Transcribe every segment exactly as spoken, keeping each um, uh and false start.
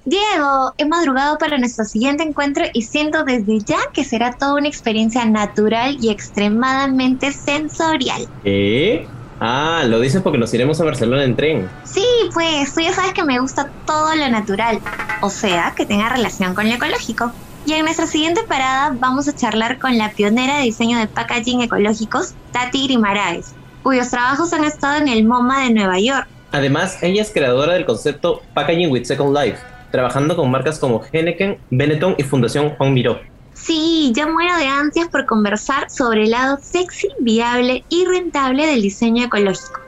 Diego, he madrugado para nuestro siguiente encuentro y siento desde ya que será toda una experiencia natural y extremadamente sensorial. ¿Eh? Ah, lo dices porque nos iremos a Barcelona en tren. Sí, pues tú ya sabes que me gusta todo lo natural, o sea, que tenga relación con lo ecológico. Y en nuestra siguiente parada vamos a charlar con la pionera de diseño de packaging ecológicos, Tati Grimaraes, cuyos trabajos han estado en el MoMA de Nueva York. Además, ella es creadora del concepto Packaging with Second Life, trabajando con marcas como Heineken, Benetton y Fundación Juan Miró. Sí, ya muero de ansias por conversar sobre el lado sexy, viable y rentable del diseño ecológico.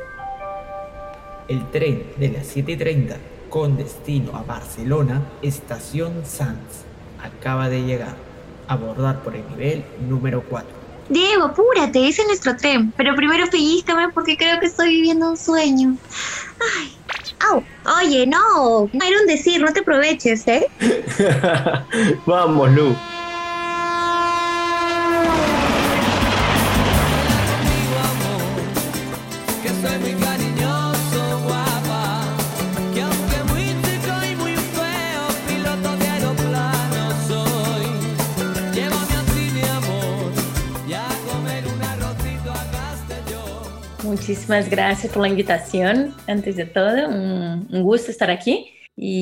El tren de las siete y treinta con destino a Barcelona, estación Sants, acaba de llegar. Abordar por el nivel número cuatro. Diego, apúrate, ese es nuestro tren, pero primero pellízcame porque creo que estoy viviendo un sueño. Ay, au, oye, no, no era un decir, no te aproveches, ¿eh? Vamos, Lu. Muchísimas gracias por la invitación. Antes de todo, un, un gusto estar aquí.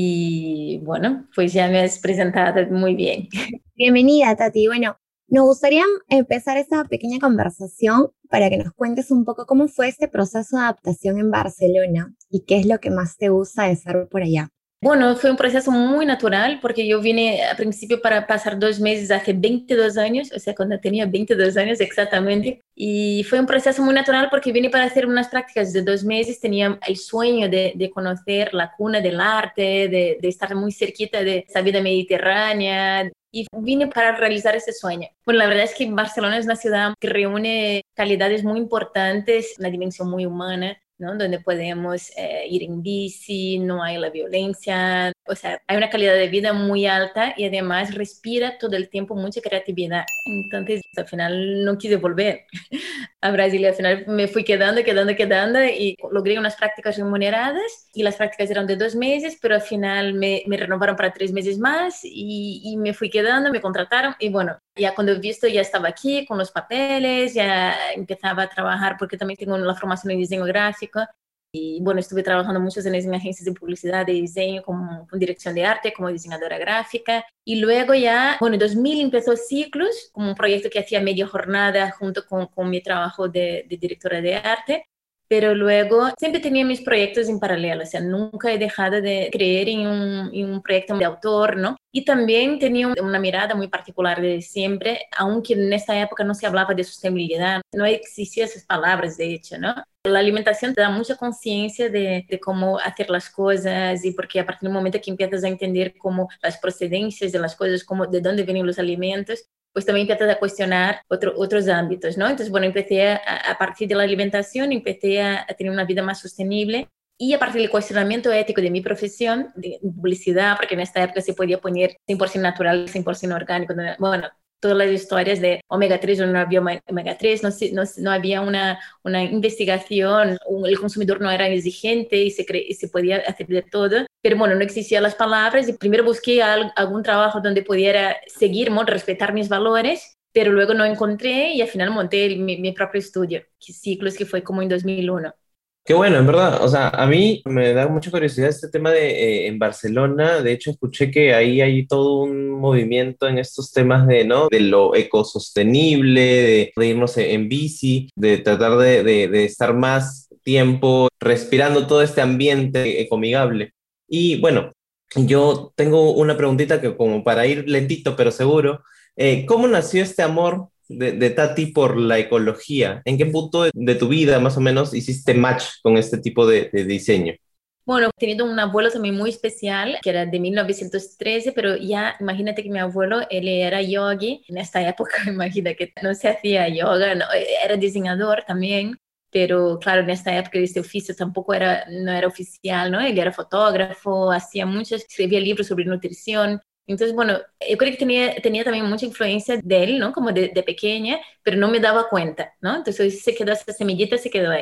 Y bueno, pues ya me has presentado muy bien. Bienvenida, Tati. Bueno, nos gustaría empezar esta pequeña conversación para que nos cuentes un poco cómo fue este proceso de adaptación en Barcelona y qué es lo que más te gusta de estar por allá. Bueno, fue un proceso muy natural porque yo vine a principio para pasar dos meses hace veintidós años, o sea, cuando tenía veintidós años exactamente. Y fue un proceso muy natural porque vine para hacer unas prácticas de dos meses. Tenía el sueño de, de conocer la cuna del arte, de, de estar muy cerquita de esa vida mediterránea. Y vine para realizar ese sueño. Bueno, la verdad es que Barcelona es una ciudad que reúne calidades muy importantes, una dimensión muy humana, ¿no? Donde podemos eh, ir en bici, no hay la violencia, o sea, hay una calidad de vida muy alta y además respira todo el tiempo mucha creatividad. Entonces, al final no quise volver a Brasil, al final me fui quedando, quedando, quedando y logré unas prácticas remuneradas y las prácticas eran de dos meses, pero al final me, me renovaron para tres meses más y, y me fui quedando, me contrataron y bueno, ya cuando he visto ya estaba aquí con los papeles, ya empezaba a trabajar porque también tengo la formación en diseño gráfico y bueno, estuve trabajando muchos años en agencias de publicidad, de diseño, como con dirección de arte, como diseñadora gráfica y luego ya, bueno, en dos mil empezó Ciclos, como un proyecto que hacía media jornada junto con, con mi trabajo de, de directora de arte. Pero luego siempre tenía mis proyectos en paralelo, o sea, nunca he dejado de creer en un, en un proyecto de autor, ¿no? Y también tenía una mirada muy particular de siempre, aunque en esta época no se hablaba de sostenibilidad, no existían esas palabras, de hecho, ¿no? La alimentación te da mucha conciencia de, de cómo hacer las cosas y porque a partir del momento que empiezas a entender cómo las procedencias de las cosas, cómo, de dónde vienen los alimentos, pues también empiezas a cuestionar otro, otros ámbitos, ¿no? Entonces, bueno, empecé a, a partir de la alimentación, empecé a, a tener una vida más sostenible y a partir del cuestionamiento ético de mi profesión, de publicidad, porque en esta época se podía poner cien por ciento natural, cien por ciento orgánico, bueno, todas las historias de omega tres o no había omega tres, no, no, no había una, una investigación, el consumidor no era exigente y se, cre, y se podía hacer de todo. Pero bueno, no existían las palabras y primero busqué al, algún trabajo donde pudiera seguir, ¿no? Respetar mis valores, pero luego no encontré y al final monté el, mi, mi propio estudio, Ciclos, que fue como en dos mil uno. Qué bueno, en verdad. O sea, a mí me da mucha curiosidad este tema de eh, en Barcelona. De hecho, escuché que ahí hay todo un movimiento en estos temas de, ¿no? De lo ecosostenible, de, de irnos en bici, de tratar de, de, de estar más tiempo respirando todo este ambiente ecomigable. Y bueno, yo tengo una preguntita que como para ir lentito pero seguro, eh, ¿cómo nació este amor de, de Tati por la ecología? ¿En qué punto de, de tu vida más o menos hiciste match con este tipo de, de diseño? Bueno, he tenido un abuelo también muy especial, que era de mil novecientos trece, pero ya imagínate que mi abuelo, él era yogi en esta época, imagina que no se hacía yoga, no, era diseñador también, pero claro, en esta época este oficio tampoco era, no era oficial, ¿no? Él era fotógrafo, hacía muchos, escribía libros sobre nutrición. Entonces, bueno, yo creo que tenía, tenía también mucha influencia de él, ¿no? Como de, de pequeña, pero no me daba cuenta, ¿no? Entonces se quedó esa semillita, se quedó ahí.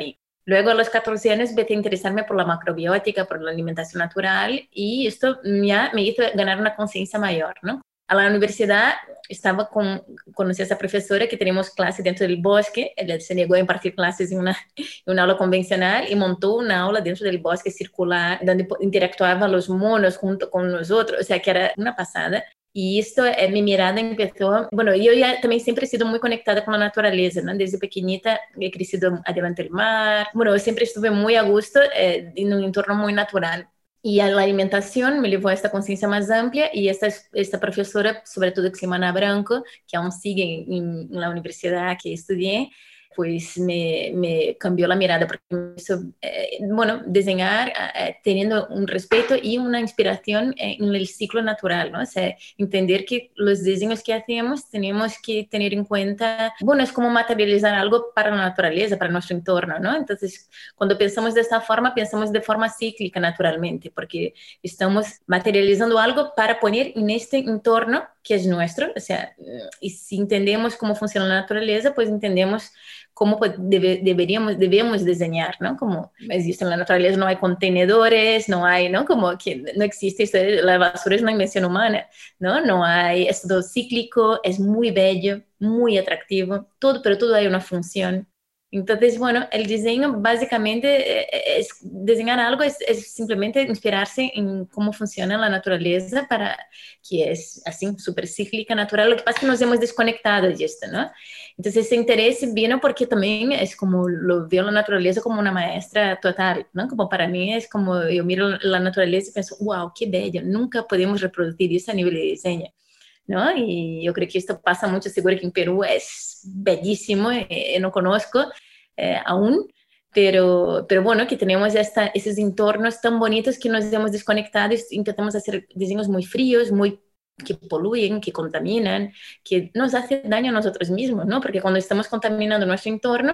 Luego a los catorce años empecé a interesarme por la macrobiótica, por la alimentación natural y esto ya me hizo ganar una conciencia mayor, ¿no? A la universidad estaba con, conocí a esa profesora que teníamos clase dentro del bosque, ella se negó a impartir clases en una, en una aula convencional y montó una aula dentro del bosque circular donde interactuaban los monos junto con nosotros, o sea que era una pasada. Y esto, eh, mi mirada empezó, bueno, yo ya también siempre he sido muy conectada con la naturaleza, ¿no? Desde pequeñita he crecido adelante del mar, bueno, siempre estuve muy a gusto eh, en un entorno muy natural. Y a la alimentación me llevó a esta conciencia más amplia y esta, esta profesora, sobre todo que se llama Ana Branco, que aún sigue en, en la universidad que estudié, pues me, me cambió la mirada porque me hizo, eh, bueno, diseñar eh, teniendo un respeto y una inspiración eh, en el ciclo natural, ¿no? O sea, entender que los diseños que hacemos tenemos que tener en cuenta, bueno, es como materializar algo para la naturaleza, para nuestro entorno, ¿no? Entonces, cuando pensamos de esta forma, pensamos de forma cíclica naturalmente, porque estamos materializando algo para poner en este entorno que es nuestro, o sea, y si entendemos cómo funciona la naturaleza, pues entendemos cómo debe, deberíamos, debemos diseñar, ¿no? Como existe en la naturaleza, no hay contenedores, no hay, ¿no? Como que no existe, esto, la basura es una invención humana, ¿no? No hay, es todo cíclico, es muy bello, muy atractivo, todo, pero todo hay una función. Entonces, bueno, el diseño básicamente es diseñar algo, es, es simplemente inspirarse en cómo funciona la naturaleza para que es así, súper cíclica, natural. Lo que pasa es que nos hemos desconectado de esto, ¿no? Entonces, ese interés vino porque también es como, lo veo la naturaleza como una maestra total, ¿no? Como para mí es como, yo miro la naturaleza y pienso, wow, qué bello, nunca podemos reproducir eso a nivel de diseño, ¿no? Y yo creo que esto pasa mucho, seguro que en Perú es bellísimo, eh, no conozco eh, aún, pero, pero bueno, que tenemos esta, esos entornos tan bonitos que nos hemos desconectado y intentamos hacer diseños muy fríos, muy que poluyen, que contaminan, que nos hacen daño a nosotros mismos, ¿no? Porque cuando estamos contaminando nuestro entorno,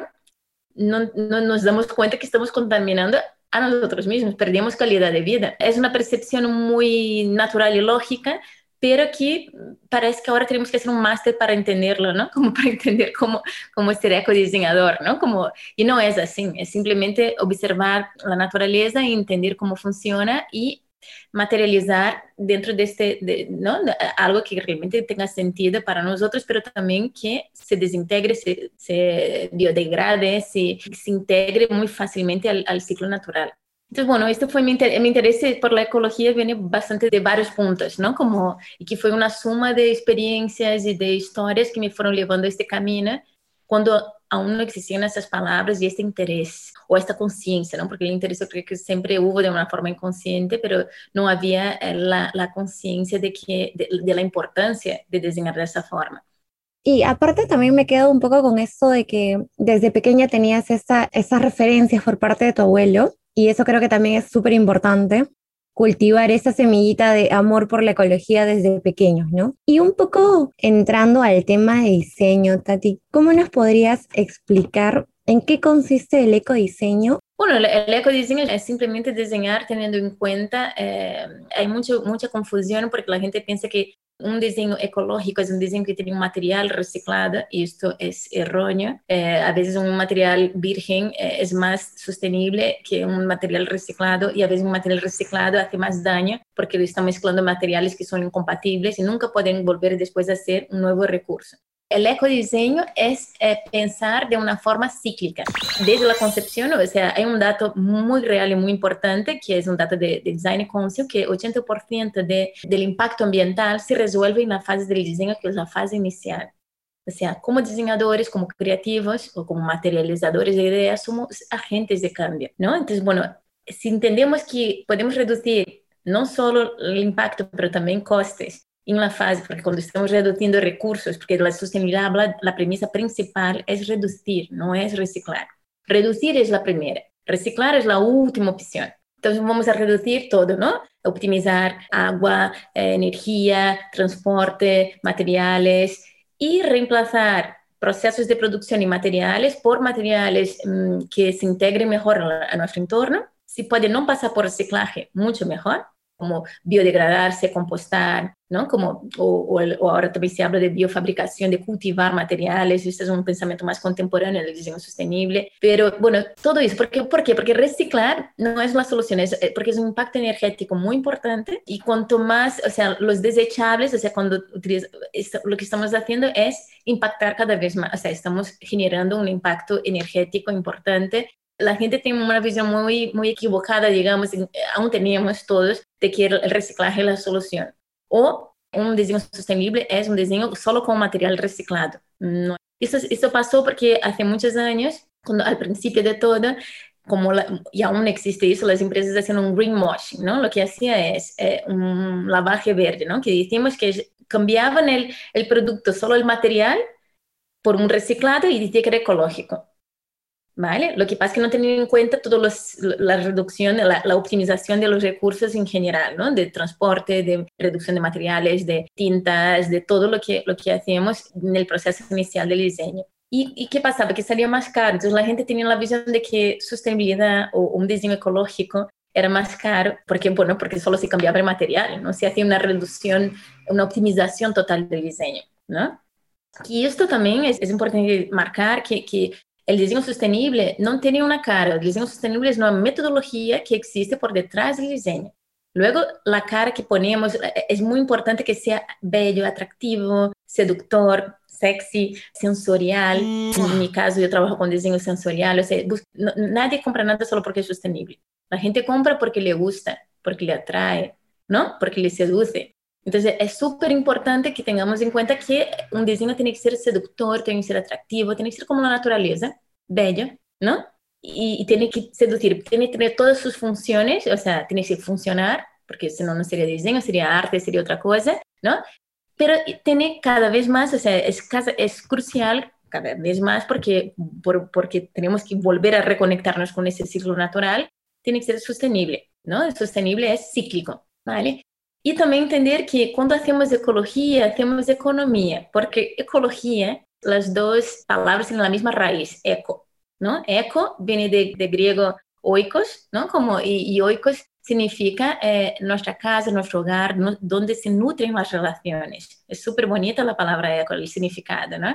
no, no nos damos cuenta que estamos contaminando a nosotros mismos, perdemos calidad de vida. Es una percepción muy natural y lógica, pero que parece que ahora tenemos que hacer un máster para entenderlo, ¿no? Como para entender cómo, cómo ser ecodiseñador, ¿no? Como, y no es así, es simplemente observar la naturaleza y entender cómo funciona y materializar dentro de este, de, ¿no? De, algo que realmente tenga sentido para nosotros, pero también que se desintegre, se, se biodegrade, se, se integre muy fácilmente al, al ciclo natural. Entonces, bueno, esto fue mi, inter mi interés por la ecología, viene bastante de varios puntos, ¿no? Como, y que fue una suma de experiencias y de historias que me fueron llevando a este camino cuando aún no existían esas palabras y este interés o esta conciencia, ¿no? Porque el interés yo creo que siempre hubo de una forma inconsciente, pero no había la, la conciencia de, que, de, de la importancia de diseñar de esa forma. Y aparte también me quedo un poco con esto de que desde pequeña tenías esa, esas referencias por parte de tu abuelo, y eso creo que también es súper importante, cultivar esa semillita de amor por la ecología desde pequeños, ¿no? Y un poco entrando al tema de diseño, Tati, ¿cómo nos podrías explicar en qué consiste el ecodiseño? Bueno, el, el ecodiseño es simplemente diseñar teniendo en cuenta, eh, hay mucho, mucha confusión porque la gente piensa que un diseño ecológico es un diseño que tiene un material reciclado y esto es erróneo. Eh, a veces un material virgen eh, es más sostenible que un material reciclado y a veces un material reciclado hace más daño porque lo está mezclando materiales que son incompatibles y nunca pueden volver después a hacer un nuevo recurso. El ecodiseño es eh, pensar de una forma cíclica. Desde la concepción, o sea, hay un dato muy real y muy importante, que es un dato de, de Design Council, que ochenta por ciento de, del impacto ambiental se resuelve en la fase del diseño, que es la fase inicial. O sea, como diseñadores, como creativos o como materializadores de ideas, somos agentes de cambio, ¿no? Entonces, bueno, si entendemos que podemos reducir no solo el impacto, pero también costes, en la fase, porque cuando estamos reduciendo recursos, porque la sostenibilidad, la, la premisa principal es reducir, no es reciclar. Reducir es la primera, reciclar es la última opción. Entonces vamos a reducir todo, ¿no? Optimizar agua, eh, energía, transporte, materiales y reemplazar procesos de producción y materiales por materiales mmm, que se integren mejor a, a nuestro entorno. Si puede no pasar por reciclaje, mucho mejor. como biodegradarse, compostar, ¿no? Como, o, o, el, o ahora también se habla de biofabricación, de cultivar materiales. Este es un pensamiento más contemporáneo del diseño sostenible. Pero bueno, todo eso, ¿por qué? ¿Por qué? Porque reciclar no es la solución, es, porque es un impacto energético muy importante, y cuanto más, o sea, los desechables, o sea, cuando utiliza, esto, lo que estamos haciendo es impactar cada vez más, o sea, estamos generando un impacto energético importante. La gente tiene una visión muy, muy equivocada, digamos, aún teníamos todos, de que el reciclaje es la solución. O un diseño sostenible es un diseño solo con material reciclado. No. Esto, esto pasó porque hace muchos años, cuando al principio de todo, como la, y aún existe eso, las empresas hacían un greenwashing, ¿no? Lo que hacía es eh, un lavaje verde, ¿no? Que decimos que cambiaban el, el producto, solo el material, por un reciclado y decía que era ecológico. ¿Vale? Lo que pasa es que no tenían en cuenta toda la reducción, la, la optimización de los recursos en general, ¿no? De transporte, de reducción de materiales, de tintas, de todo lo que, lo que hacíamos en el proceso inicial del diseño. ¿Y, ¿Y qué pasaba? Que salía más caro. Entonces la gente tenía la visión de que sostenibilidad o un diseño ecológico era más caro, porque, bueno, porque solo se cambiaba el material, no se hacía una reducción, una optimización total del diseño, ¿no? Y esto también es, es importante marcar que, que el diseño sostenible no tiene una cara. El diseño sostenible es una metodología que existe por detrás del diseño. Luego, la cara que ponemos es muy importante que sea bello, atractivo, seductor, sexy, sensorial. Mm. En mi caso, yo trabajo con diseño sensorial. O sea, no, nadie compra nada solo porque es sostenible. La gente compra porque le gusta, porque le atrae, ¿no? Porque le seduce. Entonces, es súper importante que tengamos en cuenta que un diseño tiene que ser seductor, tiene que ser atractivo, tiene que ser como la naturaleza, bello, ¿no? Y, y tiene que seducir, tiene que tener todas sus funciones, o sea, tiene que funcionar, porque si no, no sería diseño, sería arte, sería otra cosa, ¿no? Pero tiene cada vez más, o sea, es, es crucial cada vez más porque, por, porque tenemos que volver a reconectarnos con ese ciclo natural, tiene que ser sostenible, ¿no? El sostenible es cíclico, ¿vale? Y también entender que cuando hacemos ecología, hacemos economía, porque ecología, las dos palabras tienen la misma raíz, eco, ¿no? Eco viene de, de griego oikos, ¿no? Como, y, y oikos significa eh, nuestra casa, nuestro hogar, ¿no? Donde se nutren las relaciones. Es súper bonita la palabra eco, el significado, ¿no?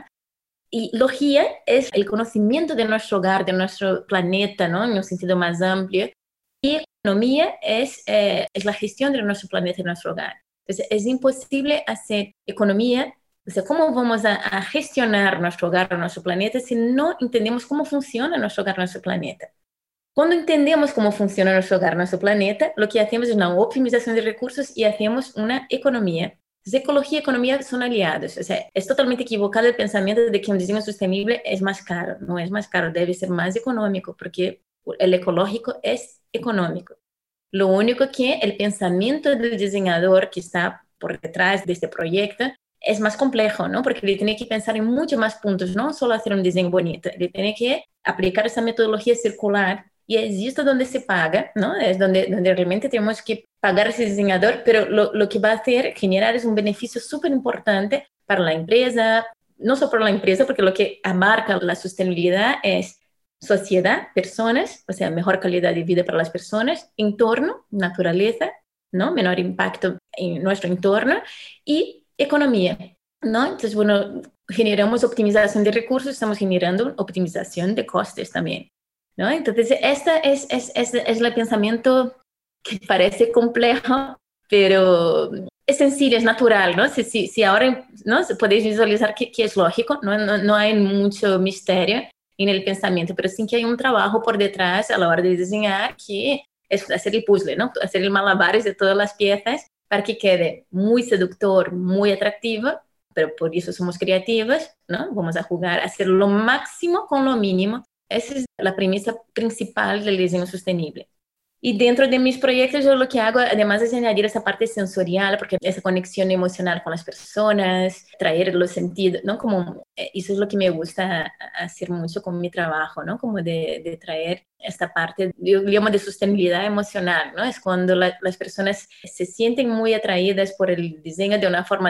Y logía es el conocimiento de nuestro hogar, de nuestro planeta, ¿no? En un sentido más amplio. Y economía es, eh, es la gestión de nuestro planeta y nuestro hogar. Entonces, es imposible hacer economía, o sea, ¿cómo vamos a, a gestionar nuestro hogar, nuestro planeta, si no entendemos cómo funciona nuestro hogar, nuestro planeta? Cuando entendemos cómo funciona nuestro hogar, nuestro planeta, lo que hacemos es una optimización de recursos y hacemos una economía. Entonces, ecología y economía son aliados. O sea, es totalmente equivocado el pensamiento de que un diseño sostenible es más caro. No es más caro, debe ser más económico, porque el ecológico es económico. Lo único que el pensamiento del diseñador que está por detrás de este proyecto es más complejo, ¿no? Porque le tiene que pensar en muchos más puntos, no solo hacer un diseño bonito, le tiene que aplicar esa metodología circular y es esto donde se paga, ¿no? Es donde, donde realmente tenemos que pagar a ese diseñador, pero lo, lo que va a hacer, generar es un beneficio súper importante para la empresa, no solo para la empresa, porque lo que abarca la sostenibilidad es sociedad, personas, o sea, mejor calidad de vida para las personas, entorno, naturaleza, ¿no? Menor impacto en nuestro entorno y economía, ¿no? Entonces, bueno, generamos optimización de recursos, estamos generando optimización de costes también, ¿no? Entonces, este es, es, es, es el pensamiento que parece complejo, pero es sencillo, es natural, ¿no? Si, si, si ahora, ¿no? Podéis visualizar que, que es lógico, ¿no? No, no hay mucho misterio en el pensamiento, pero sí que hay un trabajo por detrás a la hora de diseñar que es hacer el puzzle, ¿no? Hacer el malabares de todas las piezas para que quede muy seductor, muy atractivo, pero por eso somos creativos, ¿no? Vamos a jugar, a hacer lo máximo con lo mínimo. Esa es la premisa principal del diseño sostenible. Y dentro de mis proyectos yo lo que hago, además es añadir esa parte sensorial, porque esa conexión emocional con las personas, traer los sentidos, ¿no? Como, eso es lo que me gusta hacer mucho con mi trabajo, ¿no? Como de, de traer esta parte, yo llamo de sostenibilidad emocional, ¿no? Es cuando la, las personas se sienten muy atraídas por el diseño de una forma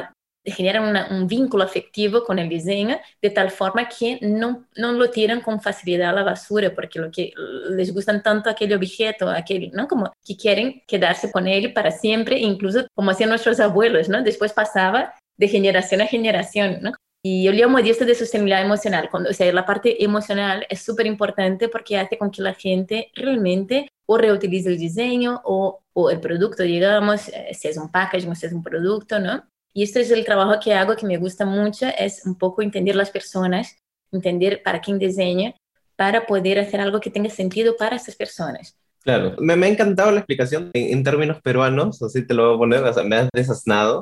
generan una, un vínculo afectivo con el diseño, de tal forma que no, no lo tiran con facilidad a la basura, porque lo que les gustan tanto aquel objeto, aquel, ¿no? Como que quieren quedarse con él para siempre, incluso como hacían nuestros abuelos, ¿no? Después pasaba de generación a generación, ¿no? Y yo llamo esto de sostenibilidad emocional, cuando, o sea, la parte emocional es súper importante porque hace con que la gente realmente o reutilice el diseño o, o el producto, digamos, eh, si es un packaging o si es un producto, ¿no? Y este es el trabajo que hago, que me gusta mucho, es un poco entender las personas, entender para quién diseña, para poder hacer algo que tenga sentido para esas personas. Claro, me, me ha encantado la explicación en, en términos peruanos, así te lo voy a poner, o sea, me has desasnado.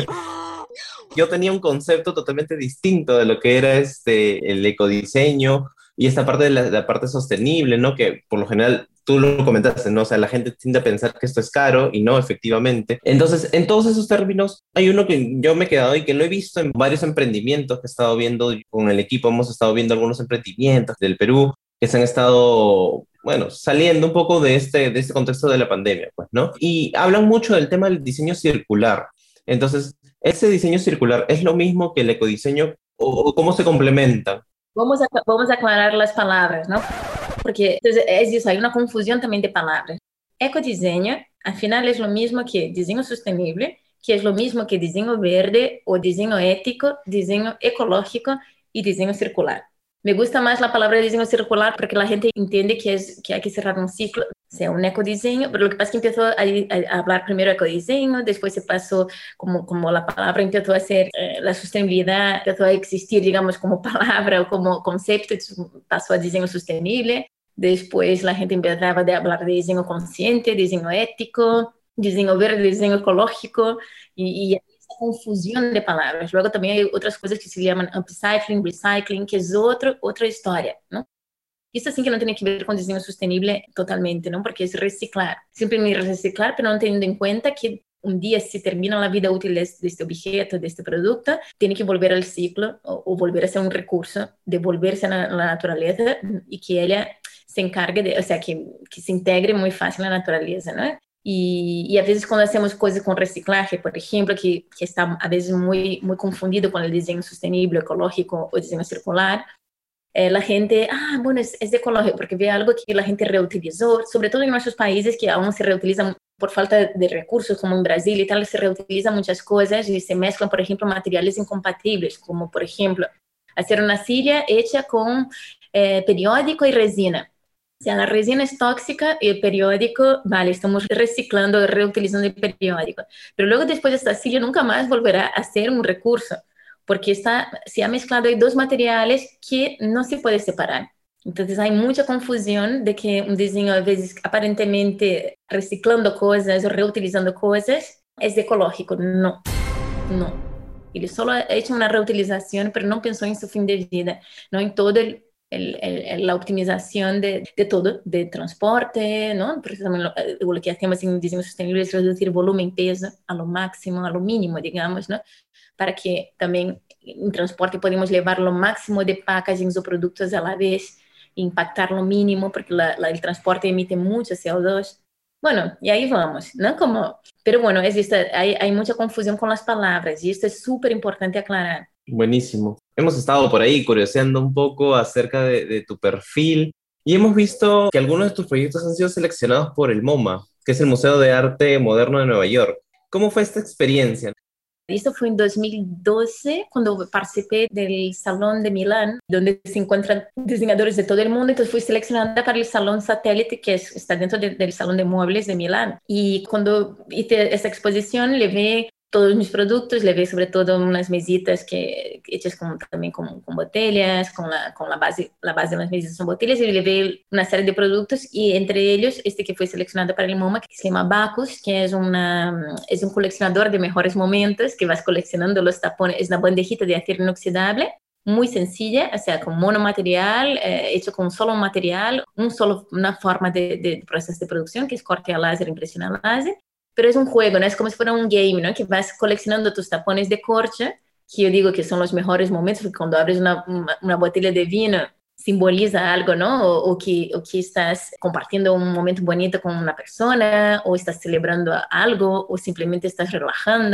Yo tenía un concepto totalmente distinto de lo que era este, el ecodiseño y esta parte de la, la parte sostenible, ¿no? Que por lo general tú lo comentaste, ¿no? O sea, la gente tiende a pensar que esto es caro y no, efectivamente. Entonces, en todos esos términos, hay uno que yo me he quedado y que lo he visto en varios emprendimientos que he estado viendo con el equipo. Hemos estado viendo algunos emprendimientos del Perú que se han estado, bueno, saliendo un poco de este, de este contexto de la pandemia, pues, ¿no? Y hablan mucho del tema del diseño circular. Entonces, ¿ese diseño circular es lo mismo que el ecodiseño o, o cómo se complementan? Vamos a, vamos a aclarar las palabras, ¿no? Porque entonces, es eso, hay una confusión también de palabras. Ecodiseño, al final es lo mismo que diseño sostenible, que es lo mismo que diseño verde o diseño ético, diseño ecológico y diseño circular. Me gusta más la palabra diseño circular porque la gente entiende que, es, que hay que cerrar un ciclo, sea un ecodiseño, pero lo que pasa es que empezó a, a, a hablar primero ecodiseño, después se pasó, como, como la palabra empezó a ser, eh, la sostenibilidad empezó a existir, digamos, como palabra o como concepto, pasó a diseño sostenible, después la gente empezaba a hablar de diseño consciente, diseño ético, diseño verde, diseño ecológico, y, y confusión de palabras. Luego también hay otras cosas que se llaman upcycling, recycling, que es otro, otra historia, ¿no? Isso assim que não tem que ver com desenho sostenible totalmente, ¿no? Porque es reciclar. Simplemente reciclar, pero no teniendo en cuenta que un día se termina la vida útil de este objeto, de este producto, tiene que volver al ciclo o, o volver a ser un recurso, devolverse a la, la naturaleza y que ella se encargue de, o sea, que, que se integre muy fácil en la naturaleza, ¿no? Y, y a veces cuando hacemos cosas con reciclaje, por ejemplo, que, que está a veces muy, muy confundido con el diseño sostenible, ecológico o diseño circular, eh, la gente, ah, bueno, es, es ecológico, porque ve algo que la gente reutilizó, sobre todo en nuestros países que aún se reutilizan por falta de recursos, como en Brasil y tal, se reutilizan muchas cosas y se mezclan, por ejemplo, materiales incompatibles, como por ejemplo, hacer una silla hecha con eh, periódico y resina. O sea, la resina es tóxica y el periódico, vale, estamos reciclando, reutilizando el periódico. Pero luego después esta silla nunca más volverá a ser un recurso, porque está, se ha mezclado ahí dos materiales que no se puede separar. Entonces hay mucha confusión de que un diseño, a veces, aparentemente reciclando cosas o reutilizando cosas, es ecológico. No, no. Ele solo ha hecho una reutilización, pero no pensó en su fin de vida, no en todo el El, el, la optimización de, de todo, de transporte, ¿no? Porque también lo, lo que hacemos en diseño sostenible es reducir volumen, peso a lo máximo, a lo mínimo, digamos, ¿no? Para que también en transporte podemos llevar lo máximo de packagings o productos a la vez, impactar lo mínimo, porque la, la, el transporte emite mucho C O dos. Bueno, y ahí vamos, ¿no? Como, pero bueno, existe, hay, hay mucha confusión con las palabras y esto es súper importante aclarar. Buenísimo. Hemos estado por ahí curioseando un poco acerca de, de tu perfil y hemos visto que algunos de tus proyectos han sido seleccionados por el MoMA, que es el Museo de Arte Moderno de Nueva York. ¿Cómo fue esta experiencia? Esto fue en dos mil doce, cuando participé del Salón de Milán, donde se encuentran diseñadores de todo el mundo. Entonces fui seleccionada para el Salón Satélite, que es, está dentro de, del Salón de Muebles de Milán. Y cuando hice esta exposición, le vi todos mis productos, le vi sobre todo unas mesitas que, hechas con, también con, con botellas, con, la, con la, base, la base de las mesitas son botellas, y le vi una serie de productos, y entre ellos este que fue seleccionado para el MoMA, que se llama Bacus, que es, una, es un coleccionador de mejores momentos, que vas coleccionando los tapones, es una bandejita de acero inoxidable, muy sencilla, o sea, con monomaterial, eh, hecho con solo un material, un solo, una forma de, de proceso de producción, que es corte a láser, impresión a láser. Pero es un juego, ¿no? Es como si fuera un game, ¿no? Que vas coleccionando tus tapones de corcha, que yo digo que son los mejores momentos, porque cuando abres una, una, una botella de vino simboliza algo, ¿no? O, o, que, o que estás compartiendo un momento bonito con una persona, o estás celebrando algo, o simplemente estás relajando.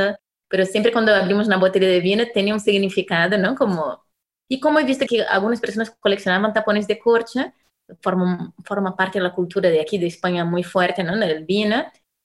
pero siempre cuando abrimos una botella de vino tenía un significado, ¿no? Como, y como he visto que algunas personas coleccionaban tapones de corcho, forma, forma parte de la cultura de aquí, de España, muy fuerte, ¿no? Del vino.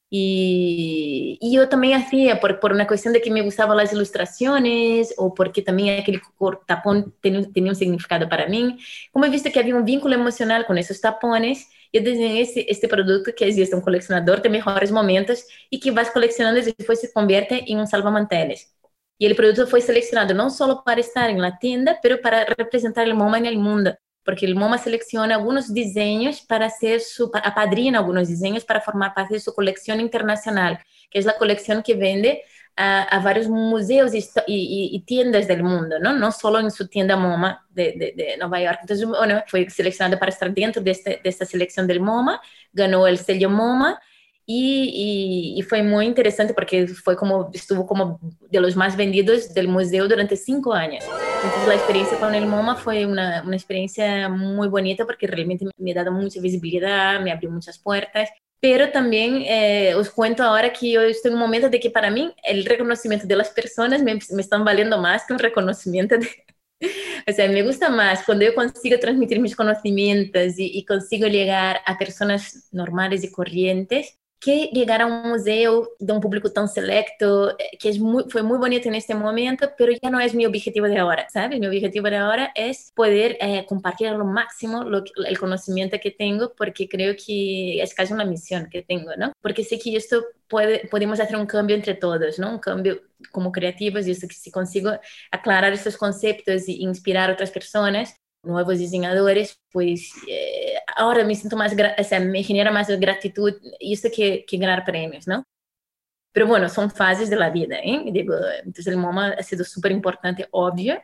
Y, y yo también hacía, por, por una cuestión de que me gustaban las ilustraciones o porque también aquel tapón tenía, tenía un significado para mí. Como he visto que había un vínculo emocional con esos tapones, yo diseñé este, este producto que es un coleccionador de mejores momentos y que vas coleccionando y después se convierte en un salvamanteles. Y el producto fue seleccionado no solo para estar en la tienda, pero para representar el MoMA en el mundo, porque el MoMA selecciona algunos diseños para hacer su, apadrina algunos diseños para formar parte de su colección internacional, que es la colección que vende a, a varios museos y, y, y tiendas del mundo, ¿no? No solo en su tienda MoMA de, de, de Nueva York. Entonces, bueno, fue seleccionado para estar dentro de, este, de esta selección del MoMA, ganó el sello MoMA. Y, y, y fue muy interesante porque fue como, estuvo como de los más vendidos del museo durante cinco años. Entonces la experiencia con el MoMA fue una, una experiencia muy bonita porque realmente me, me ha dado mucha visibilidad, me abrió muchas puertas. Pero también eh, os cuento ahora que yo estoy en un momento de que para mí el reconocimiento de las personas me, me están valiendo más que un reconocimiento de... O sea, me gusta más cuando yo consigo transmitir mis conocimientos y, y consigo llegar a personas normales y corrientes, que llegar a un museo de un público tan selecto, que es muy, fue muy bonito en este momento, pero ya no es mi objetivo de ahora, ¿sabes? Mi objetivo de ahora es poder eh, compartir a lo máximo lo, el conocimiento que tengo, porque creo que es casi una misión que tengo, ¿no? Porque sé que esto puede, podemos hacer un cambio entre todos, ¿no? Un cambio como creativos, y esto que si consigo aclarar estos conceptos e inspirar a otras personas, nuevos diseñadores, pues eh, ahora me siento más, o sea, me genera más gratitud y esto que, que ganar premios, ¿no? Pero bueno, son fases de la vida, ¿eh? Digo, entonces el MoMA ha sido súper importante, obvio,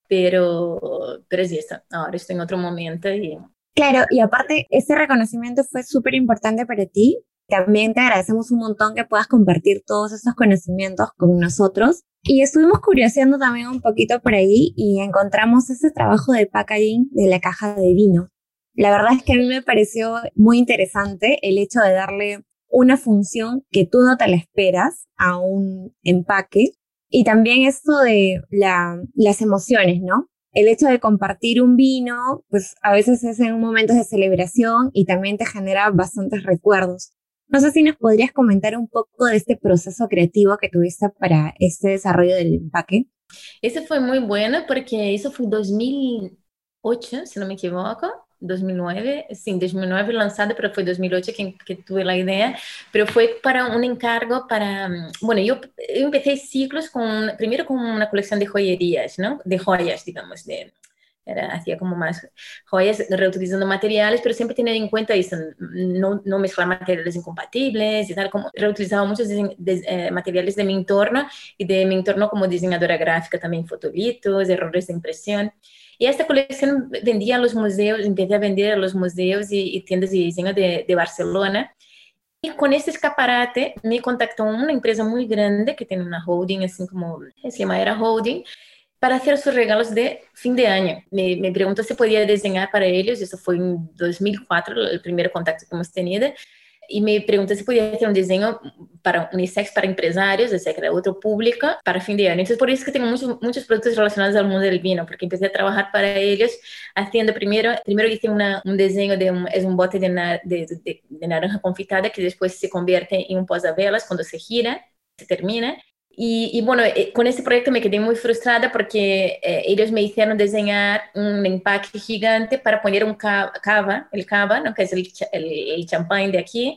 pero, pero es esto, ahora estoy en otro momento y... Claro, y aparte, ese reconocimiento fue súper importante para ti. También te agradecemos un montón que puedas compartir todos esos conocimientos con nosotros. Y estuvimos curioseando también un poquito por ahí y encontramos ese trabajo de packaging de la caja de vino. La verdad es que a mí me pareció muy interesante el hecho de darle una función que tú no te la esperas a un empaque. Y también esto de la, las emociones, ¿no? El hecho de compartir un vino, pues a veces es en momentos de celebración y también te genera bastantes recuerdos. No sé si nos podrías comentar un poco de este proceso creativo que tuviste para este desarrollo del empaque. Ese fue muy bueno porque eso fue dos mil ocho, si no me equivoco, dos mil nueve, sí, dos mil nueve lanzado, pero fue dos mil ocho que, que tuve la idea, pero fue para un encargo para, bueno, yo empecé ciclos con, primero con una colección de joyerías, ¿no? De joyas, digamos, de... Era, hacía como más joyas reutilizando materiales, pero siempre tener en cuenta eso, no, no mezclar materiales incompatibles y tal, como reutilizaba muchos de, de, eh, materiales de mi entorno y de mi entorno como diseñadora gráfica, también fotolitos, errores de impresión. Y esta colección vendía a los museos, empecé a vender a los museos y, y tiendas de diseño de, de Barcelona. Y con este escaparate me contactó una empresa muy grande que tiene una holding, así como se llama Era Holding, para hacer sus regalos de fin de año. Me, me preguntó si podía diseñar para ellos, eso fue en dos mil cuatro, el primer contacto que hemos tenido, y me preguntó si podía hacer un diseño para unisex, para empresarios, o sea, que era otro público, para fin de año. Entonces, por eso es que tengo muchos, muchos productos relacionados al mundo del vino, porque empecé a trabajar para ellos haciendo primero, primero hice una, un diseño de un, es un bote de, na, de, de, de naranja confitada que después se convierte en un posavelas cuando se gira, se termina. Y, y bueno, eh, con este proyecto me quedé muy frustrada porque eh, ellos me hicieron diseñar un empaque gigante para poner un cava, el cava, ¿no? Que es el, el, el champán de aquí.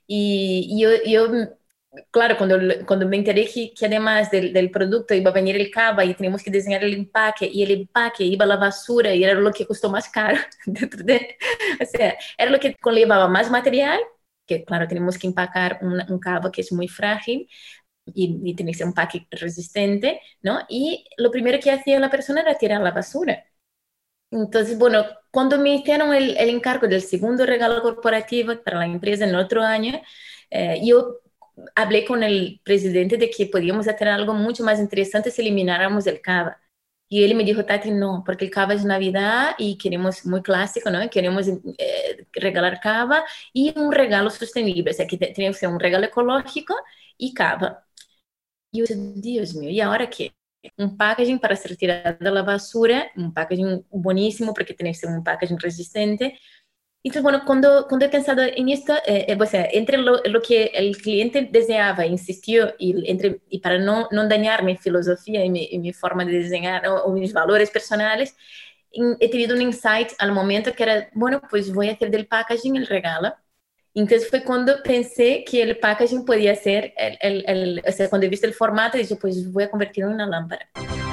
Y, y yo, yo, claro, cuando, cuando me enteré que, que además del, del producto iba a venir el cava y teníamos que diseñar el empaque, y el empaque iba a la basura y era lo que costó más caro. Dentro de, o sea, era lo que conllevaba más material, que claro, tenemos que empacar un, un cava que es muy frágil, y, y tiene que ser un paquete resistente, ¿no? Y lo primero que hacía la persona era tirar la basura. Entonces, bueno, cuando me hicieron el, el encargo del segundo regalo corporativo para la empresa en otro año, eh, yo hablé con el presidente de que podíamos hacer algo mucho más interesante si elimináramos el cava. Y él me dijo, Tati, no, porque el cava es Navidad y queremos, muy clásico, ¿no? Queremos eh, regalar cava y un regalo sostenible, o sea, que tenía que ser un regalo ecológico y cava. Y yo decía, Dios mío, ¿y ahora qué? Un packaging para ser tirado a la basura, un packaging buenísimo porque tiene que ser un packaging resistente. Entonces, bueno, cuando, cuando he pensado en esto, eh, eh, o sea, entre lo, lo que el cliente deseaba, insistió, y, entre, y para no, no dañar mi filosofía y mi, y mi forma de diseñar o, o mis valores personales, in, he tenido un insight al momento que era, bueno, pues voy a hacer del packaging el regalo. Entonces fue cuando pensé que el packaging podía ser, el, el, el, o sea, cuando he visto el formato, dije, pues voy a convertirlo en una lámpara.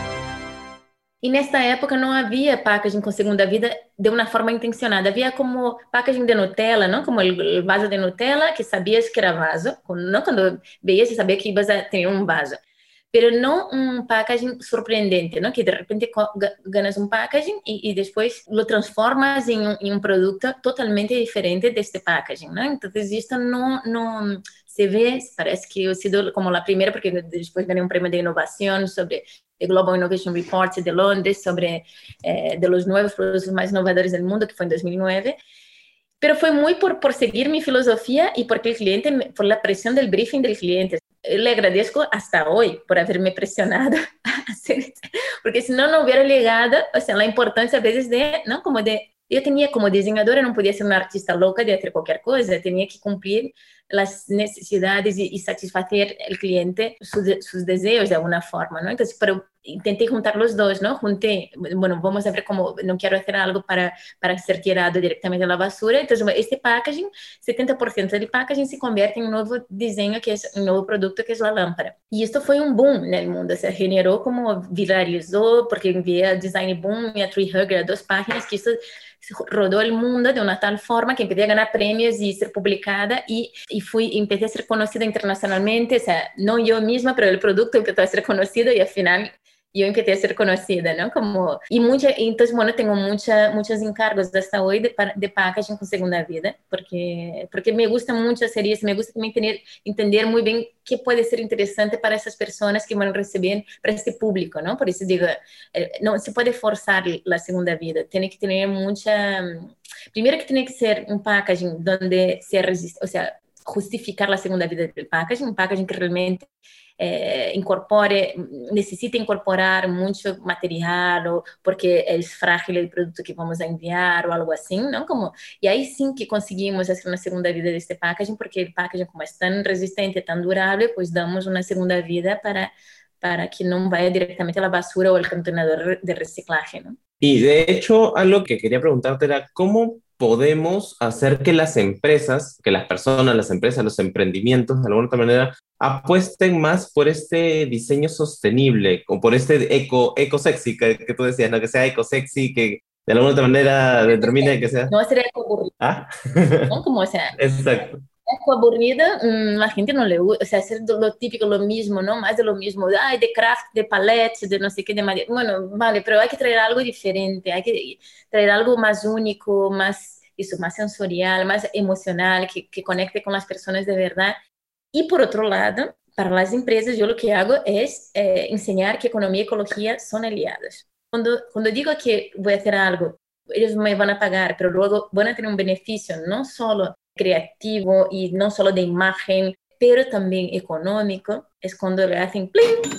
E nesta época não havia packaging com segunda vida de uma forma intencionada. Havia como packaging de Nutella, não? Como o vaso de Nutella, que sabias que era vaso. Não quando veias, você sabia que ibas a ter um vaso. Pero não um packaging surpreendente, não? Que de repente ganas um packaging e, e depois lo transformas em um, em um produto totalmente diferente deste packaging, não? Então, isto não, não se vê, parece que eu he sido como a primeira, porque depois ganhei um prêmio de inovação sobre el Global Innovation Report de Londres, sobre eh, de los nuevos productos más innovadores del mundo, que fue en dos mil nueve. Pero fue muy por, por seguir mi filosofía y porque el cliente, por la presión del briefing del cliente. Le agradezco hasta hoy por haberme presionado a hacer esto, porque si no, no hubiera llegado, o sea, la importancia a veces de, ¿no? Como de, yo tenía como diseñadora, no podía ser una artista loca de hacer cualquier cosa, tenía que cumplir las necesidades y, y satisfacer el cliente sus, sus deseos de alguna forma, ¿no? Entonces, pero intenté juntar los dos, ¿no? Junté, bueno, vamos a ver cómo, no quiero hacer algo para, para ser tirado directamente a la basura, entonces este packaging, setenta por ciento del packaging se convierte en un nuevo diseño, que es un nuevo producto, que es la lámpara. Y esto fue un boom en el mundo, se generó como viralizó, porque envié a Design Boom y a Tree Hugger, a dos páginas, que esto rodó el mundo de una tal forma que empecé a ganar premios y ser publicada y, y fui, empecé a ser conocida internacionalmente, o sea, no yo misma, pero el producto empezó a ser conocido y al final yo empecé a ser conocida, ¿no? Como, y mucha, entonces, bueno, tengo mucha, muchos encargos hasta hoy de, de packaging con segunda vida, porque, porque me gusta mucho hacer eso, me gusta también tener, entender muy bien qué puede ser interesante para esas personas que van a recibir, para este público, ¿no? Por eso digo, no se puede forzar la segunda vida, tiene que tener mucha, primero que tiene que ser un packaging donde se resiste, o sea, justificar la segunda vida del packaging, un packaging que realmente Eh, incorpore, necesita incorporar mucho material o porque es frágil el producto que vamos a enviar o algo así, ¿no? Como, y ahí sí que conseguimos hacer una segunda vida de este packaging, porque el packaging, como es tan resistente, tan durable, pues damos una segunda vida para, para que no vaya directamente a la basura o al contenedor de reciclaje, ¿no? Y de hecho, algo que quería preguntarte era, ¿cómo podemos hacer que las empresas, que las personas, las empresas, los emprendimientos, de alguna otra manera, apuesten más por este diseño sostenible o por este eco, eco sexy que, que tú decías, ¿no? Que sea eco sexy, que de alguna otra manera determine que sea... No hacer eco aburrido, ¿Ah? ¿no? Como, o sea... Exacto. Eco aburrido, mmm, la gente no le gusta, o sea, hacer lo típico, lo mismo, ¿no? Más de lo mismo, ay, de craft, de palettes, de no sé qué, de madera. Bueno, vale, pero hay que traer algo diferente, hay que traer algo más único, más, eso, más sensorial, más emocional, que, que conecte con las personas de verdad. Y por otro lado, para las empresas, yo lo que hago es eh, enseñar que economía y ecología son aliados. Cuando, cuando digo que voy a hacer algo, ellos me van a pagar, pero luego van a tener un beneficio, no solo creativo y no solo de imagen, pero también económico, es cuando le hacen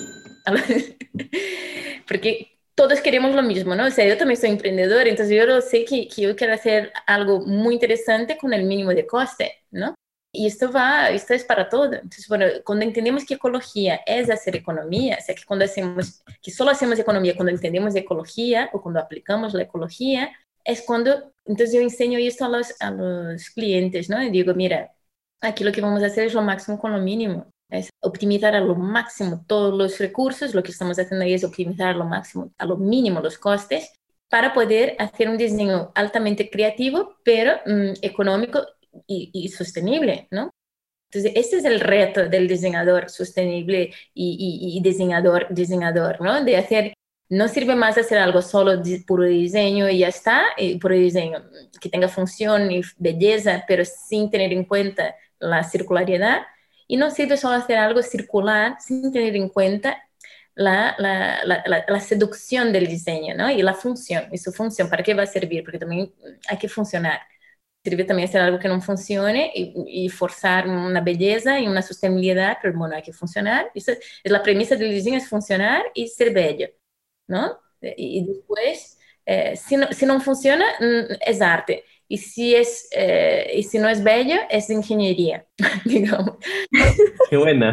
¡pling! Porque todos queremos lo mismo, ¿no? O sea, yo también soy emprendedora, entonces yo sé que, que yo quiero hacer algo muy interesante con el mínimo de coste, ¿no? Y esto va, esto es para todo. Entonces, bueno, cuando entendemos que ecología es hacer economía, o sea, que cuando hacemos, que solo hacemos economía cuando entendemos ecología o cuando aplicamos la ecología, es cuando, entonces yo enseño esto a los, a los clientes, ¿no? Y digo, mira, aquí lo que vamos a hacer es lo máximo con lo mínimo, es optimizar a lo máximo todos los recursos, lo que estamos haciendo ahí es optimizar a lo máximo, a lo mínimo los costes, para poder hacer un diseño altamente creativo, pero mmm, económico y, y sostenible, ¿no? Entonces, este es el reto del diseñador sostenible y, y, y diseñador, diseñador, ¿no? De hacer... No sirve más hacer algo solo de puro diseño y ya está, y puro diseño que tenga función y belleza, pero sin tener en cuenta la circularidad. Y no sirve solo hacer algo circular sin tener en cuenta la, la, la, la, la seducción del diseño, ¿no? Y la función, y su función, ¿para qué va a servir? Porque también hay que funcionar. sirve también hacer algo que no funcione y, y forzar una belleza y una sostenibilidad, pero bueno, hay que funcionar. Esa es la premisa del diseño, es funcionar y ser bello, ¿no? Y, y después, eh, si, no, si no funciona, es arte. Y si, es, eh, y si no es bello, es ingeniería, digamos. Qué buena.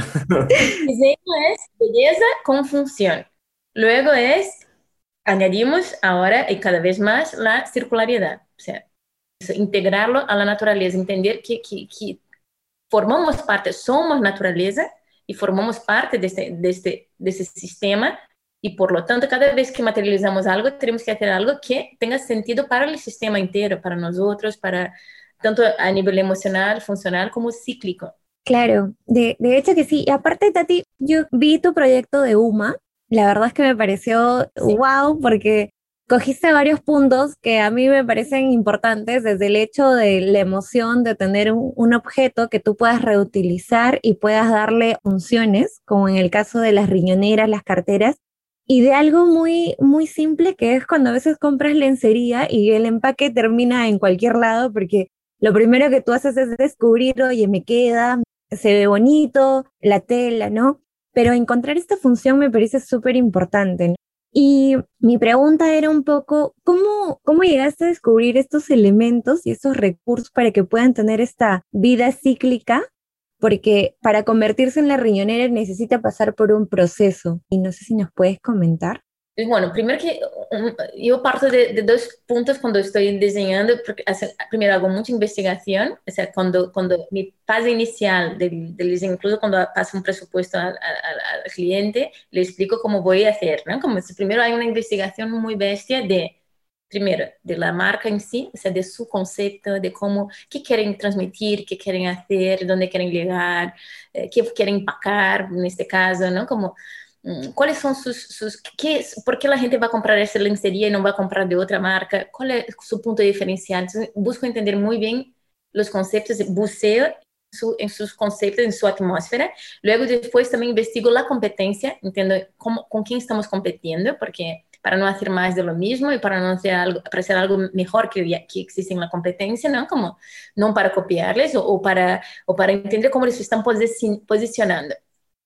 Diseño es belleza con función. Luego es, añadimos ahora y cada vez más la circularidad. O sea, integrarlo a la naturaleza, entender que, que, que formamos parte, somos naturaleza y formamos parte de este, de, este, de este sistema y por lo tanto cada vez que materializamos algo tenemos que hacer algo que tenga sentido para el sistema entero, para nosotros, para tanto a nivel emocional, funcional como cíclico. Claro, de, de hecho que sí. Y aparte, Tati, yo vi tu proyecto de UMA, la verdad es que me pareció Sí. wow, porque cogiste varios puntos que a mí me parecen importantes, desde el hecho de la emoción de tener un, un objeto que tú puedas reutilizar y puedas darle funciones, como en el caso de las riñoneras, las carteras, y de algo muy, muy simple que es cuando a veces compras lencería y el empaque termina en cualquier lado, porque lo primero que tú haces es descubrir, oye, me queda, se ve bonito, la tela, ¿no? Pero encontrar esta función me parece súper importante, ¿no? Y mi pregunta era un poco, ¿cómo, cómo llegaste a descubrir estos elementos y estos recursos para que puedan tener esta vida cíclica? Porque para convertirse en la riñonera necesita pasar por un proceso. Y no sé si nos puedes comentar. Bueno, primero que um, yo parto de, de dos puntos cuando estoy diseñando, porque hace, primero hago mucha investigación, o sea, cuando, cuando mi fase inicial del, del diseño, incluso cuando paso un presupuesto al, al, al cliente, le explico cómo voy a hacer, ¿no? Como si primero hay una investigación muy bestia de, primero, de la marca en sí, o sea, de su concepto, de cómo, qué quieren transmitir, qué quieren hacer, dónde quieren llegar, eh, qué quieren empacar, en este caso, ¿no? Como ¿cuáles son sus, sus qué, por qué la gente va a comprar esa lencería y no va a comprar de otra marca? ¿Cuál es su punto diferencial? Entonces, busco entender muy bien los conceptos, buceo su, en sus conceptos, en su atmósfera. Luego, después también investigo la competencia, entiendo cómo, con quién estamos compitiendo, porque para no hacer más de lo mismo y para no hacer algo, para hacer algo mejor que, que existe en la competencia, ¿no? Como, no para copiarles o, o, para, o para entender cómo les están posicionando.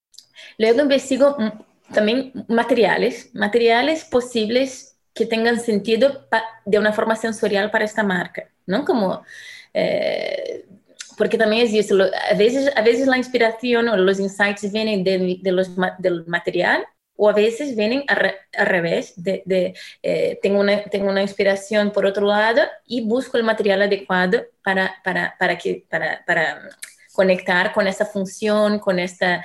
Luego investigo también materiales, materiales posibles que tengan sentido de una forma sensorial para esta marca, ¿no? Como, eh, porque también es eso, a veces, a veces la inspiración o los insights vienen de, de los, del material o a veces vienen al revés, de, de, eh, tengo, una, tengo una inspiración por otro lado y busco el material adecuado para, para, para, que, para, para conectar con esa función, con esta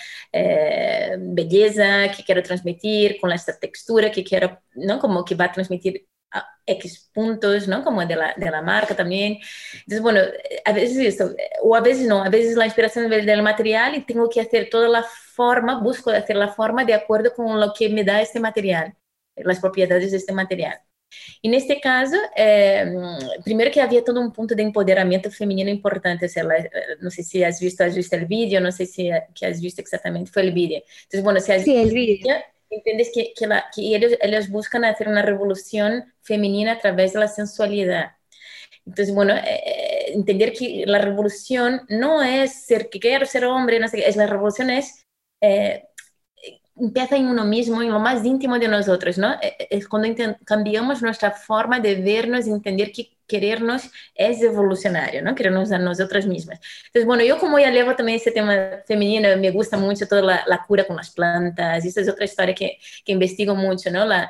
eh, belleza que quiero transmitir, con esta textura que quiero, ¿no? Como que va a transmitir a X puntos, ¿no? Como de la, de la marca también. Entonces, bueno, a veces esto, o a veces no, a veces la inspiración del, del material y tengo que hacer toda la forma, busco hacer la forma de acuerdo con lo que me da este material, las propiedades de este material. En este caso, eh, primero que había todo un punto de empoderamiento femenino importante, o sea, la, no sé si has visto, has visto el vídeo, no sé si que has visto exactamente, fue el vídeo. Entonces, bueno, si has sí, visto el vídeo, entiendes que, que, la, que ellos, ellos buscan hacer una revolución femenina a través de la sensualidad. Entonces, bueno, eh, entender que la revolución no es ser que quiero ser hombre, no sé qué, es la revolución es... Eh, empieza en uno mismo, en lo más íntimo de nosotros, ¿no? Es cuando cambiamos nuestra forma de vernos y entender que querernos es evolucionario, ¿no? Querernos a nosotras mismas. Entonces, bueno, yo como ya llevo también este tema femenino, me gusta mucho toda la, la cura con las plantas, y esta es otra historia que, que investigo mucho, ¿no? La...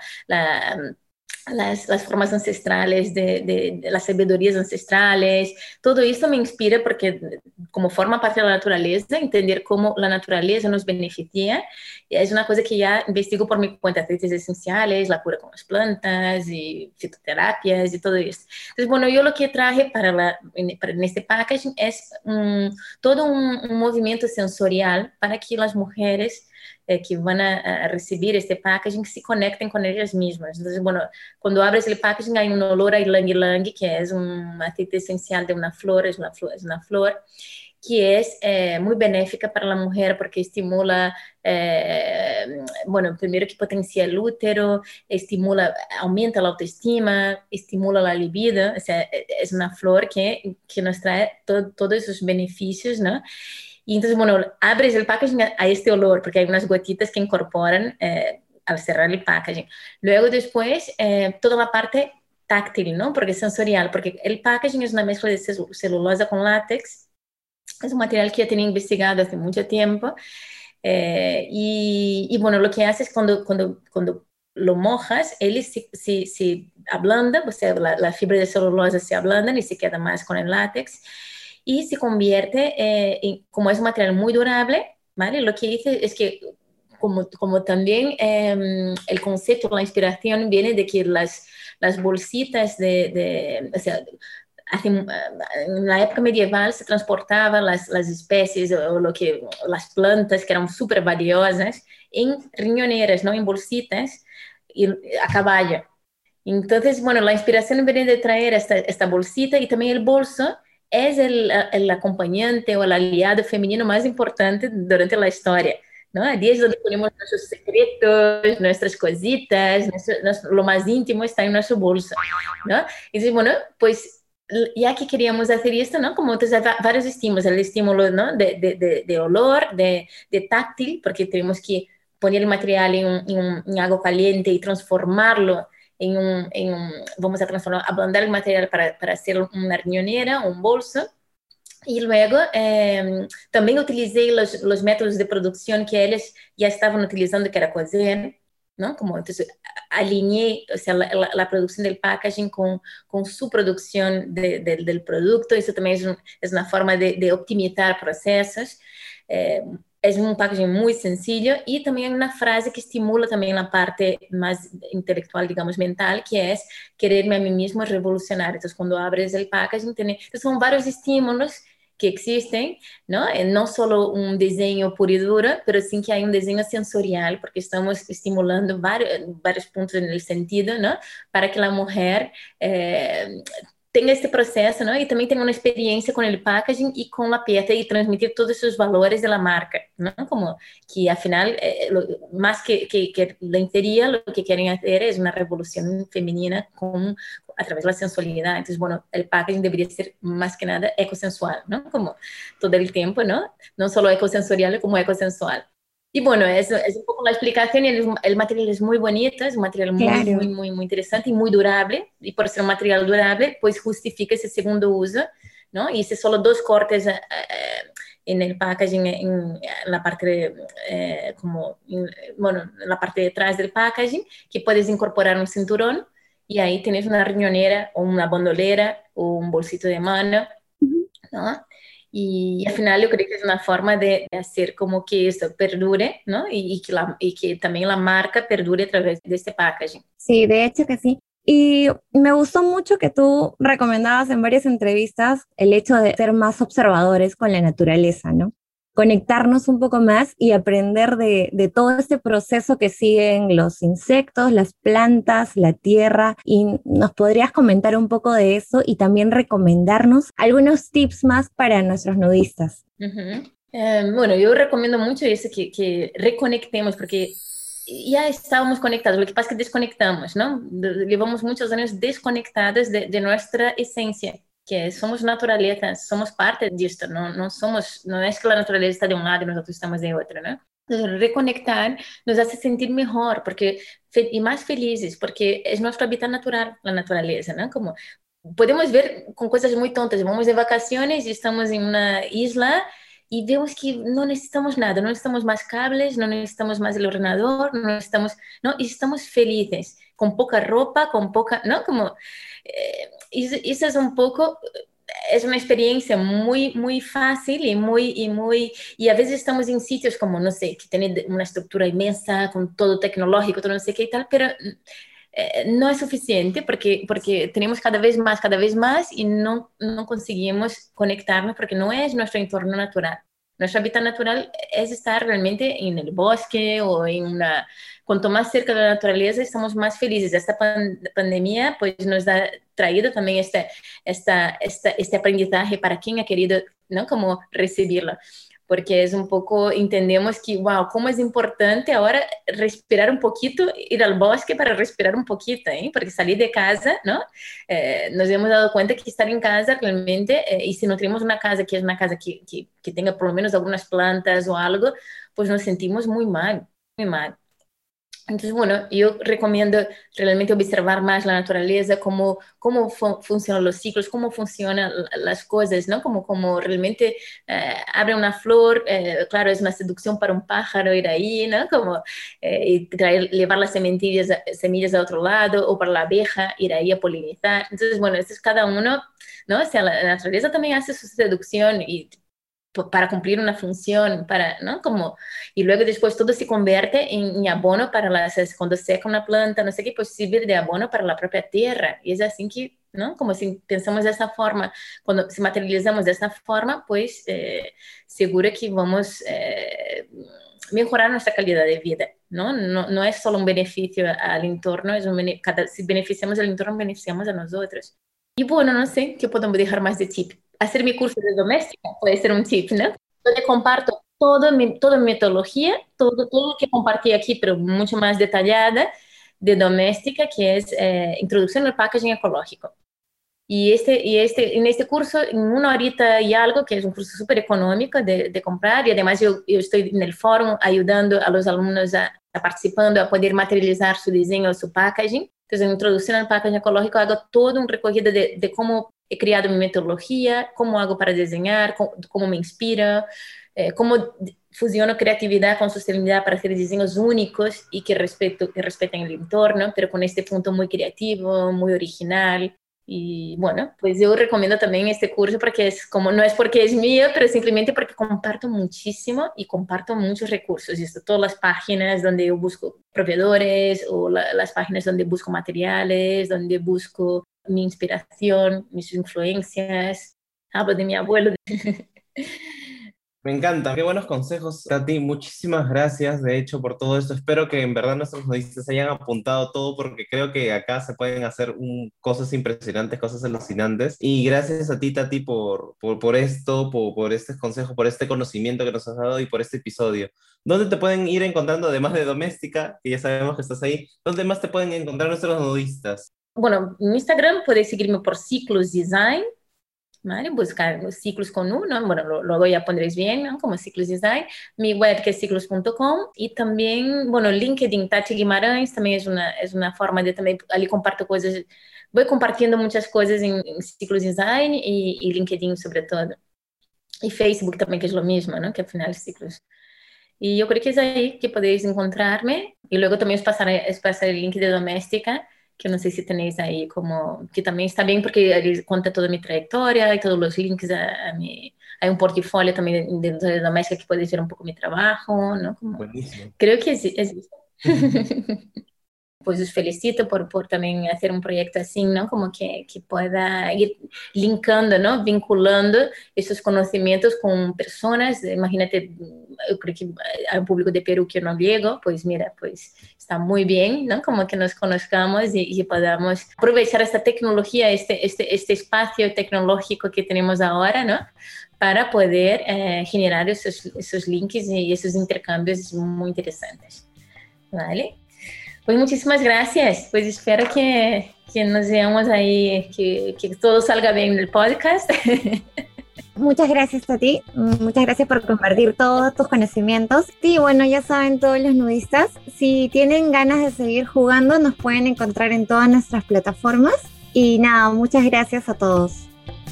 la Las, las formas ancestrales, de, de, de las sabidurías ancestrales, todo esto me inspira porque como forma parte de la naturaleza, entender cómo la naturaleza nos beneficia, es una cosa que ya investigo por mi cuenta, aceites esenciales, la cura con las plantas y fitoterapias y todo esto. Entonces, bueno, yo lo que traje para, la, para en este packaging es um, todo un, un movimiento sensorial para que las mujeres Eh, que van a, a recibir este packaging se conecten con ellas mismas. Entonces, bueno, cuando abres el packaging hay un olor a ylang ylang, que es un aceite esencial de una flor, es una flor, es una flor que es eh, muy benéfica para la mujer porque estimula, eh, bueno, primero que potencia el útero, estimula, aumenta la autoestima, estimula la libido, o sea, es una flor que, que nos trae to, todos esos beneficios, ¿no? Y entonces, bueno, abres el packaging a, a este olor porque hay unas gotitas que incorporan eh, al cerrar el packaging. Luego después, eh, toda la parte táctil, ¿no? Porque es sensorial, porque el packaging es una mezcla de celulosa con látex. Es un material que ya tenía investigado hace mucho tiempo. Eh, y, y, bueno, lo que hace es cuando, cuando, cuando lo mojas, él se, se, se ablanda, o sea, la, la fibra de celulosa se ablanda y se queda más con el látex. Y se convierte, eh, en, como es un material muy durable, ¿vale? Lo que dice es que, como, como también eh, el concepto, la inspiración viene de que las, las bolsitas de, de o sea, hace, en la época medieval se transportaban las, las especies o lo que, las plantas que eran súper valiosas en riñoneras, ¿no? En bolsitas y a caballo. Entonces, bueno, la inspiración viene de traer esta, esta bolsita y también el bolso es el, el acompañante o el aliado femenino más importante durante la historia, ¿no? Allí es donde ponemos nuestros secretos, nuestras cositas, nuestro, nuestro, lo más íntimo está en nuestro bolso, ¿no? Y entonces, bueno, pues ya que queríamos hacer esto, ¿no? Como entonces hay varios estímulos, el estímulo, ¿no? de, de, de, de olor, de, de táctil, porque tenemos que poner el material en, en, un, en algo caliente y transformarlo en un, en un, vamos a transformar, ablandar el material para, para hacer una riñonera, un bolso. Y luego eh, también utilicé los, los métodos de producción que ellos ya estaban utilizando, que era coser, ¿no? Como entonces alineé, o sea, la, la, la producción del packaging con, con su producción de, de, del producto. Eso también es, un, es una forma de, de optimizar procesos. Eh, es un packaging muy sencillo y también una frase que estimula también la parte más intelectual, digamos, mental, que es quererme a mí mismo revolucionar. Entonces, cuando abres el packaging, tiene, entonces son varios estímulos que existen, ¿no? No solo un diseño puro y duro, pero sí que hay un diseño sensorial, porque estamos estimulando varios, varios puntos en el sentido, ¿no? Para que la mujer eh, tenga este proceso, ¿no? Y también tenga una experiencia con el packaging y con la pieza y transmitir todos esos valores de la marca, ¿no? Como que al final, eh, lo, más que, que, que la lencería, lo que quieren hacer es una revolución femenina con, a través de la sensualidad. Entonces, bueno, el packaging debería ser más que nada ecosensual, ¿no? Como todo el tiempo, ¿no? No solo ecosensorial, como ecosensual. Y bueno, eso es un poco la explicación. El, el material es muy bonito, es un material muy, claro. muy, muy, muy interesante y muy durable. Y por ser un material durable, pues justifica ese segundo uso, ¿no? Y hice solo dos cortes eh, en el packaging, en, en la parte, de, eh, como, en, bueno, en la parte de atrás del packaging, que puedes incorporar un cinturón y ahí tienes una riñonera o una bandolera o un bolsito de mano, ¿no? Y al final yo creo que es una forma de hacer como que eso perdure, ¿no? Y, y, que la, y que también la marca perdure a través de este packaging. Sí, de hecho que sí. Y me gustó mucho que tú recomendabas en varias entrevistas el hecho de ser más observadores con la naturaleza, ¿no? Conectarnos un poco más y aprender de, de todo este proceso que siguen los insectos, las plantas, la tierra, y nos podrías comentar un poco de eso y también recomendarnos algunos tips más para nuestros nudistas. Uh-huh. eh, bueno, yo recomiendo mucho eso, que, que reconectemos, porque ya estábamos conectados, lo que pasa es que desconectamos, ¿no? Llevamos muchos años desconectados de, de nuestra esencia, que somos naturaleza, somos parte de esto, no, no, somos, no es que la naturaleza está de un lado y nosotros estamos de otro, ¿no? Entonces, reconectar nos hace sentir mejor porque, y más felices, porque es nuestro hábitat natural, la naturaleza, ¿no? Como podemos ver con cosas muy tontas, vamos de vacaciones y estamos en una isla y vemos que no necesitamos nada, no necesitamos más cables, no necesitamos más el ordenador, no necesitamos, ¿no? Y estamos felices, con poca ropa, con poca, ¿no? Como... Eh, y eso es un poco, es una experiencia muy, muy fácil y muy, y muy, y a veces estamos en sitios como, no sé, que tienen una estructura inmensa, con todo tecnológico, todo no sé qué y tal, pero eh, no es suficiente porque, porque tenemos cada vez más, cada vez más y no, no conseguimos conectarnos porque no es nuestro entorno natural. Nuestro hábitat natural es estar realmente en el bosque o en una... Cuanto más cerca de la naturaleza estamos más felices. Esta pan pandemia pues, nos ha traído también este, esta, esta, este aprendizaje para quien ha querido, ¿no? Como recibirlo. Porque es un poco, entendemos que, wow, cómo es importante ahora respirar un poquito, ir al bosque para respirar un poquito, ¿eh? Porque salir de casa, ¿no? Eh, nos hemos dado cuenta que estar en casa realmente, eh, y si no tenemos una casa que es una casa que, que, que tenga por lo menos algunas plantas o algo, pues nos sentimos muy mal, muy mal. Entonces, bueno, yo recomiendo realmente observar más la naturaleza, cómo, cómo fu funcionan los ciclos, cómo funcionan las cosas, ¿no? Como, como realmente eh, abre una flor, eh, claro, es una seducción para un pájaro ir ahí, ¿no? Como eh, y traer, llevar las semillas, semillas a otro lado, o para la abeja ir ahí a polinizar. Entonces, bueno, esto es cada uno, ¿no? O sea, la, la naturaleza también hace su seducción y para cumplir una función, para, ¿no? Como, y luego después todo se convierte en, en abono para las, cuando seca una planta, no sé qué, pues sirve de abono para la propia tierra. Y es así que, ¿no? Como si pensamos de esta forma, cuando si materializamos de esta forma, pues eh, seguro que vamos a eh, mejorar nuestra calidad de vida, ¿no? No, no es solo un beneficio al entorno, es un bene cada, si beneficiamos al entorno, beneficiamos a nosotros. Y bueno, no sé, ¿qué podemos dejar más de tip? Hacer mi curso de doméstica puede ser un tip, ¿no? Donde comparto toda mi, toda mi metodología, todo, todo lo que compartí aquí, pero mucho más detallada, de doméstica, que es eh, Introducción al Packaging Ecológico. Y, este, y este, en este curso, en una horita y algo, que es un curso súper económico de, de comprar, y además yo, yo estoy en el foro ayudando a los alumnos a, a participando, a poder materializar su diseño, su packaging. Entonces, en Introducción al Packaging Ecológico, hago todo un recorrido de, de cómo he creado mi metodología, cómo hago para diseñar, cómo, cómo me inspira, eh, cómo fusiono creatividad con sostenibilidad para hacer diseños únicos y que, respeto, que respeten el entorno, pero con este punto muy creativo, muy original. Y bueno, pues yo recomiendo también este curso porque es como, no es porque es mío, pero simplemente porque comparto muchísimo y comparto muchos recursos. Y esto, todas las páginas donde yo busco proveedores o la, las páginas donde busco materiales, donde busco mi inspiración, mis influencias. Hablo de mi abuelo. Me encanta, qué buenos consejos, Tati, muchísimas gracias, de hecho, por todo esto. Espero que en verdad nuestros nudistas hayan apuntado todo, porque creo que acá se pueden hacer un, cosas impresionantes, cosas alucinantes. Y gracias a ti, Tati, por, por, por esto, por, por este consejo, por este conocimiento que nos has dado y por este episodio. ¿Dónde te pueden ir encontrando, además de Doméstica, que ya sabemos que estás ahí, dónde más te pueden encontrar nuestros nudistas? Bueno, en Instagram podéis seguirme por Ciclos Design, ¿vale? Buscar los ciclos con uno, bueno, luego ya pondréis bien, ¿no? Como Ciclos Design, mi web que es ciclos punto com, y también, bueno, LinkedIn, Tati Guimarães, también es una, es una forma de también, ali comparto cosas, voy compartiendo muchas cosas en, en Ciclos Design y, y LinkedIn sobre todo, y Facebook también, que es lo mismo, ¿no? Que al final es Ciclos. Y yo creo que es ahí que podéis encontrarme, y luego también os pasaré, os pasaré el link de Doméstica, que no sé si tenéis ahí como, que también está bien porque ahí cuenta toda mi trayectoria y todos los links a, a mi, hay un portafolio también dentro de Doméstica que puede ser un poco mi trabajo, ¿no? Como, buenísimo. Creo que es, es pues os felicito por, por también hacer un proyecto así, ¿no? Como que, que pueda ir linkando, ¿no? Vinculando esos conocimientos con personas. Imagínate, yo creo que hay un público de Perú que no llego, pues mira, pues está muy bien, ¿no? Como que nos conozcamos y, y podamos aprovechar esta tecnología, este, este, este espacio tecnológico que tenemos ahora, ¿no? Para poder eh, generar esos, esos links y esos intercambios muy interesantes, ¿vale? Pues muchísimas gracias, pues espero que, que nos veamos ahí, que, que todo salga bien en el podcast. Muchas gracias a ti, muchas gracias por compartir todos tus conocimientos. Y bueno, ya saben todos los nudistas, si tienen ganas de seguir jugando, nos pueden encontrar en todas nuestras plataformas. Y nada, muchas gracias a todos.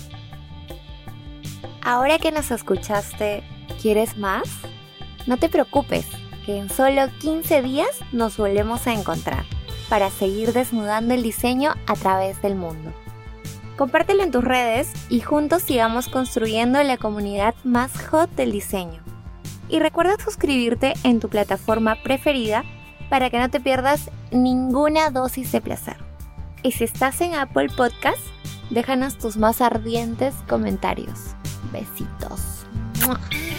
Ahora que nos escuchaste, ¿quieres más? No te preocupes, que en solo quince días nos volvemos a encontrar para seguir desnudando el diseño a través del mundo. Compártelo en tus redes y juntos sigamos construyendo la comunidad más hot del diseño. Y recuerda suscribirte en tu plataforma preferida para que no te pierdas ninguna dosis de placer. Y si estás en Apple Podcasts, déjanos tus más ardientes comentarios. Besitos. ¡Mua!